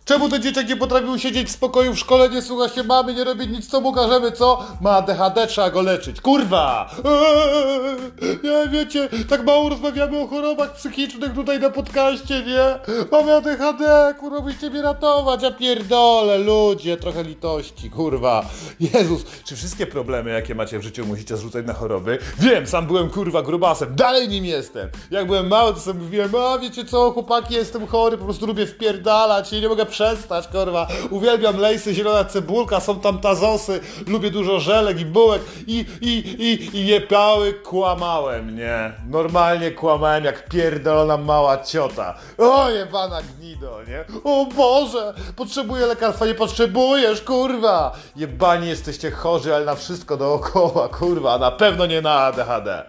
Czemu ten dzieciak nie potrafił siedzieć w spokoju w szkole, nie słucha się mamy, nie robi nic, co mu każemy, co? Ma ADHD, trzeba go leczyć. Kurwa! Nie, wiecie, tak mało rozmawiamy o chorobach psychicznych tutaj na podcaście, nie? Mamy ADHD, kurwa, musicie mnie ratować, ja pierdolę, ludzie, trochę litości, kurwa. Jezus, czy wszystkie problemy, jakie macie w życiu, musicie zrzucać na choroby? Wiem, sam byłem, kurwa, grubasem, dalej nim jestem. Jak byłem mały, to sobie mówiłem, a wiecie co, chłopaki, jestem chory, po prostu lubię wpierdalać i nie mogę przestać, kurwa. Uwielbiam lejsy, zielona cebulka, są tam tazosy, lubię dużo żelek i bułek i jepały kłamałem, nie? Normalnie kłamałem jak pierdolona mała ciota. O, jebana gnido, nie? O Boże, potrzebuję lekarstwa, nie potrzebujesz, kurwa. Jebani jesteście chorzy, ale na wszystko dookoła, kurwa, a na pewno nie na ADHD.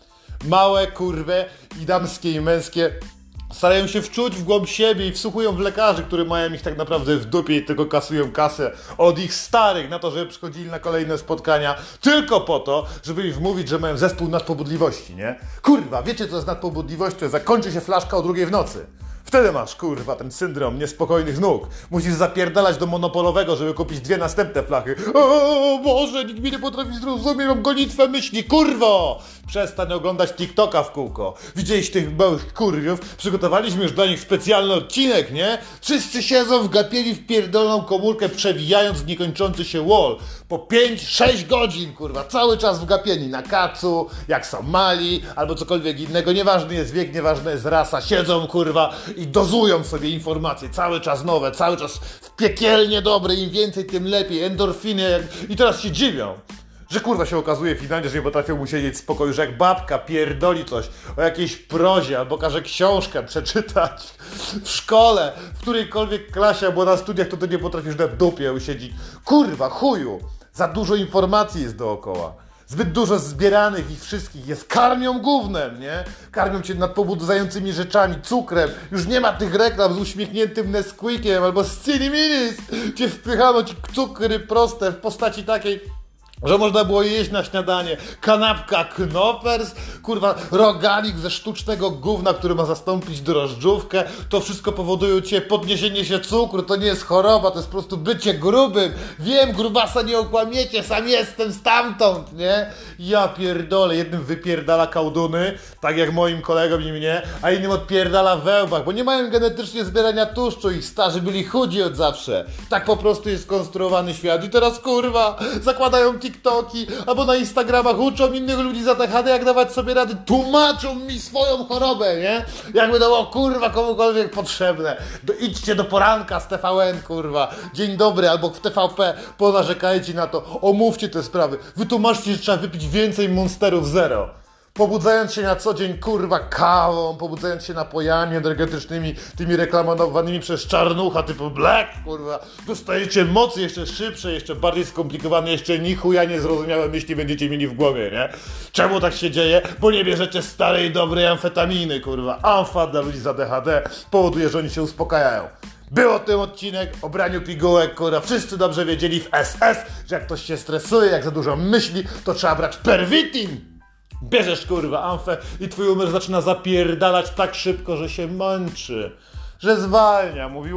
Małe kurwy i damskie i męskie starają się wczuć w głąb siebie i wsłuchują w lekarzy, którzy mają ich tak naprawdę w dupie i tylko kasują kasę od ich starych na to, żeby przychodzili na kolejne spotkania tylko po to, żeby im wmówić, że mają zespół nadpobudliwości, nie? Kurwa, wiecie co jest nadpobudliwość? To jest zakończy się flaszka o 2:00 w nocy. Wtedy masz, kurwa, ten syndrom niespokojnych nóg. Musisz zapierdalać do monopolowego, żeby kupić 2 następne flachy. O Boże, nikt mnie nie potrafi zrozumieć, mam gonitwę myśli, kurwo! Przestań oglądać TikToka w kółko. Widzieliście tych małych kurwiów? Przygotowaliśmy już dla nich specjalny odcinek, nie? Wszyscy siedzą wgapieni w pierdoloną komórkę, przewijając niekończący się wall. Po 5-6 godzin, kurwa, cały czas wgapieni na kacu, jak są mali, albo cokolwiek innego. Nieważny jest wiek, nieważna jest rasa. Siedzą, kurwa, i dozują sobie informacje, cały czas nowe, cały czas piekielnie dobre, im więcej, tym lepiej, endorfiny, i teraz się dziwią, że kurwa się okazuje finalnie, że nie potrafią mu siedzieć w spokoju, że jak babka pierdoli coś o jakiejś prozie, albo każe książkę przeczytać w szkole, w którejkolwiek klasie, albo na studiach, to ty nie potrafisz na dupie usiedzieć. Kurwa, chuju, za dużo informacji jest dookoła. Zbyt dużo zbieranych ich wszystkich jest, karmią gównem, nie? Karmią cię nadpobudzającymi rzeczami, cukrem. Już nie ma tych reklam z uśmiechniętym Nesquikiem albo z Ciniminis, gdzie wpychano ci cukry proste w postaci takiej, że można było jeść na śniadanie. Kanapka Knoppers, kurwa, rogalik ze sztucznego gówna, który ma zastąpić drożdżówkę. To wszystko powoduje u ciebie podniesienie się cukru. To nie jest choroba, to jest po prostu bycie grubym. Wiem, grubasa nie okłamiecie, sam jestem stamtąd, nie? Ja pierdolę, jednym wypierdala kałduny, tak jak moim kolegom i mnie, a innym odpierdala we łbach, bo nie mają genetycznie zbierania tłuszczu. Ich starzy byli chudzi od zawsze. Tak po prostu jest skonstruowany świat. I teraz, kurwa, zakładają TikToki, albo na Instagramach uczą innych ludzi z ADHD, jak dawać sobie rady, tłumaczą mi swoją chorobę, nie? Jakby to było, kurwa, komukolwiek potrzebne. Idźcie do poranka z TVN, kurwa, dzień dobry, albo w TVP, ponarzekajcie na to, omówcie te sprawy, wytłumaczcie, że trzeba wypić więcej Monsterów Zero. Pobudzając się na co dzień, kurwa, kawą, pobudzając się napojami energetycznymi, tymi reklamowanymi przez czarnucha typu Black, kurwa, dostajecie mocy jeszcze szybsze, jeszcze bardziej skomplikowane, jeszcze ni chuja niezrozumiałe myśli będziecie mieli w głowie, nie? Czemu tak się dzieje? Bo nie bierzecie starej, dobrej amfetaminy, kurwa. Amfa dla ludzi z ADHD powoduje, że oni się uspokajają. Był o tym odcinek, o braniu pigułek, kurwa, wszyscy dobrze wiedzieli w SS, że jak ktoś się stresuje, jak za dużo myśli, to trzeba brać Pervitin. Bierzesz, kurwa, amfę i twój umysł zaczyna zapierdalać tak szybko, że się męczy, że zwalnia, mówi,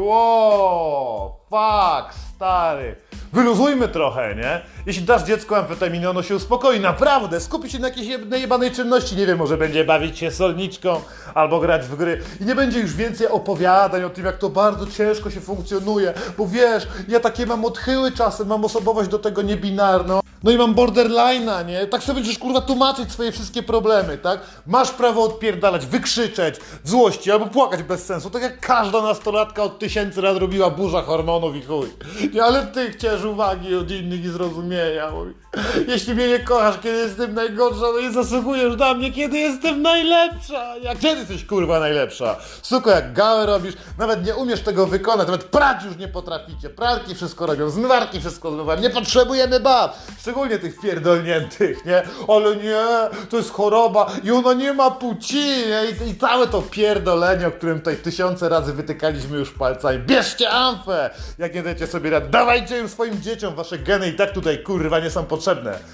o, fuck, stary, wyluzujmy trochę, nie? Jeśli dasz dziecku amfetaminę, ono się uspokoi, naprawdę, skupi się na jakiejś jebanej czynności, nie wiem, może będzie bawić się solniczką, albo grać w gry i nie będzie już więcej opowiadań o tym, jak to bardzo ciężko się funkcjonuje, bo wiesz, ja takie mam odchyły czasem, mam osobowość do tego niebinarną, no i mam borderline'a, nie? Tak sobie będziesz, kurwa, tłumaczyć swoje wszystkie problemy, tak? Masz prawo odpierdalać, wykrzyczeć w złości albo płakać bez sensu, tak jak każda nastolatka od 1000 lat robiła burza hormonów i chuj. Nie, ale ty chciałeś uwagi od innych i zrozumienia, mój. Jeśli mnie nie kochasz, kiedy jestem najgorsza, to nie zasługujesz na mnie, kiedy jestem najlepsza. Jak kiedy jesteś, kurwa, najlepsza? Suko, jak gałę robisz, nawet nie umiesz tego wykonać, nawet prać już nie potraficie. Pralki wszystko robią, zmywarki wszystko zmywają. Nie potrzebujemy bab. Szczególnie tych pierdolniętych, nie? Ale nie, to jest choroba i ona nie ma płci, nie? I całe to pierdolenie, o którym tutaj 1000 razy wytykaliśmy już palcami. Bierzcie amfę, jak nie dajecie sobie rady. Dawajcie ją swoim dzieciom, wasze geny i tak tutaj, kurwa, nie są potrzebne.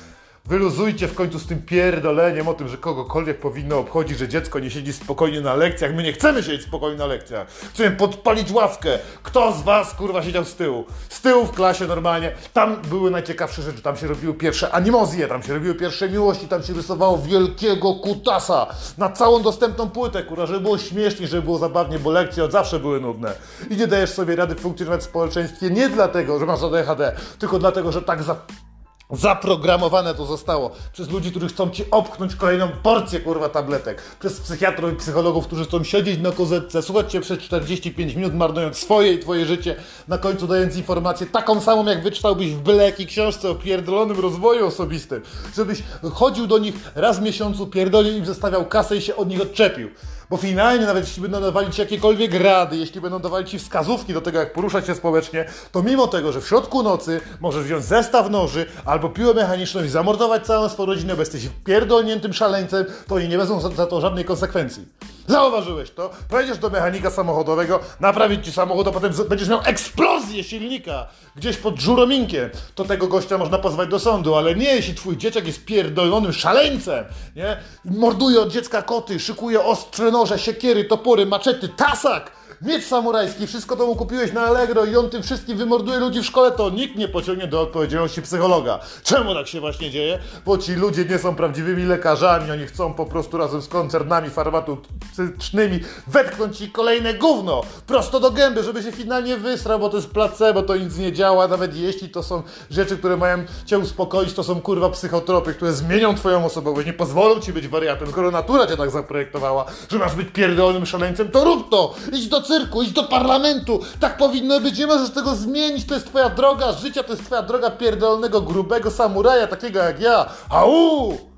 Wyluzujcie w końcu z tym pierdoleniem o tym, że kogokolwiek powinno obchodzić, że dziecko nie siedzi spokojnie na lekcjach. My nie chcemy siedzieć spokojnie na lekcjach. Chcemy podpalić ławkę. Kto z was, kurwa, siedział z tyłu? Z tyłu w klasie normalnie. Tam były najciekawsze rzeczy. Tam się robiły pierwsze animozje, tam się robiły pierwsze miłości, tam się rysowało wielkiego kutasa na całą dostępną płytę, kurwa, żeby było śmiesznie, żeby było zabawnie, bo lekcje od zawsze były nudne. I nie dajesz sobie rady funkcjonować w społeczeństwie nie dlatego, że masz ADHD, tylko dlatego, że tak zaprogramowane to zostało przez ludzi, którzy chcą ci opchnąć kolejną porcję, kurwa, tabletek, przez psychiatrów i psychologów, którzy chcą siedzieć na kozetce, słuchać cię przez 45 minut, marnując swoje i twoje życie, na końcu dając informację taką samą, jak wyczytałbyś w byle jakiej książce o pierdolonym rozwoju osobistym, żebyś chodził do nich raz w miesiącu, pierdolił im, zostawiał kasę i się od nich odczepił. Bo finalnie, nawet jeśli będą dawali ci jakiekolwiek rady, jeśli będą dawali ci wskazówki do tego, jak poruszać się społecznie, to mimo tego, że w środku nocy możesz wziąć zestaw noży albo piłę mechaniczną i zamordować całą swoją rodzinę, bo jesteś pierdolniętym szaleńcem, to oni nie wezmą za to żadnej konsekwencji. Zauważyłeś to? Pojedziesz do mechanika samochodowego, naprawić ci samochód, a potem będziesz miał eksplozję silnika gdzieś pod żurominkiem. To tego gościa można pozwać do sądu, ale nie, jeśli twój dzieciak jest pierdolonym szaleńcem, nie? Morduje od dziecka koty, szykuje ostre noże, siekiery, topory, maczety, tasak, miecz samurajski, wszystko to mu kupiłeś na Allegro i on tym wszystkim wymorduje ludzi w szkole, to nikt nie pociągnie do odpowiedzialności psychologa. Czemu tak się właśnie dzieje? Bo ci ludzie nie są prawdziwymi lekarzami, oni chcą po prostu razem z koncernami farmaceutycznymi wetknąć ci kolejne gówno prosto do gęby, żeby się finalnie wysrał, bo to jest placebo, to nic nie działa, nawet jeśli to są rzeczy, które mają cię uspokoić, to są kurwa psychotropy, które zmienią twoją osobowość, nie pozwolą ci być wariatem, skoro natura cię tak zaprojektowała, że masz być pierdolonym szaleńcem, to rób to! Idź do cyrku, idź do parlamentu, tak powinno być, nie możesz tego zmienić, to jest twoja droga życia, to jest twoja droga pierdolonego, grubego samuraja, takiego jak ja. Au!